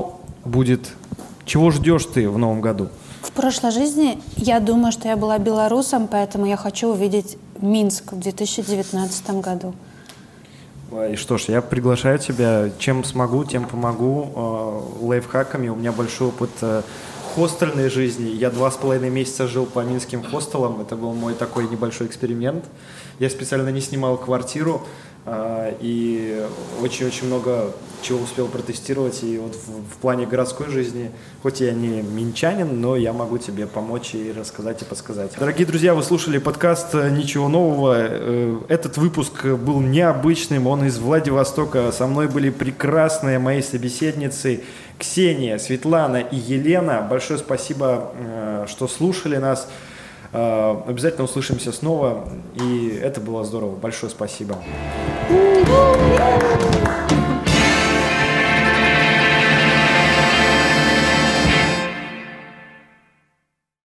чего ждешь ты в новом году? В прошлой жизни я думаю, что я была белорусом, поэтому я хочу увидеть Минск в 2019 году. И что ж, я приглашаю тебя. Чем смогу, тем помогу. Лайфхаками. У меня большой опыт хостельной жизни. Я 2,5 месяца жил по минским хостелам. Это был мой такой небольшой эксперимент. Я специально не снимал квартиру и очень-очень много чего успел протестировать. И вот в плане городской жизни, хоть я не минчанин, но я могу тебе помочь и рассказать, и подсказать. Дорогие друзья, вы слушали подкаст «Ничего нового». Этот выпуск был необычным, он из Владивостока. Со мной были прекрасные мои собеседницы Ксения, Светлана и Елена. Большое спасибо, что слушали нас. Обязательно услышимся снова. И это было здорово. Большое спасибо.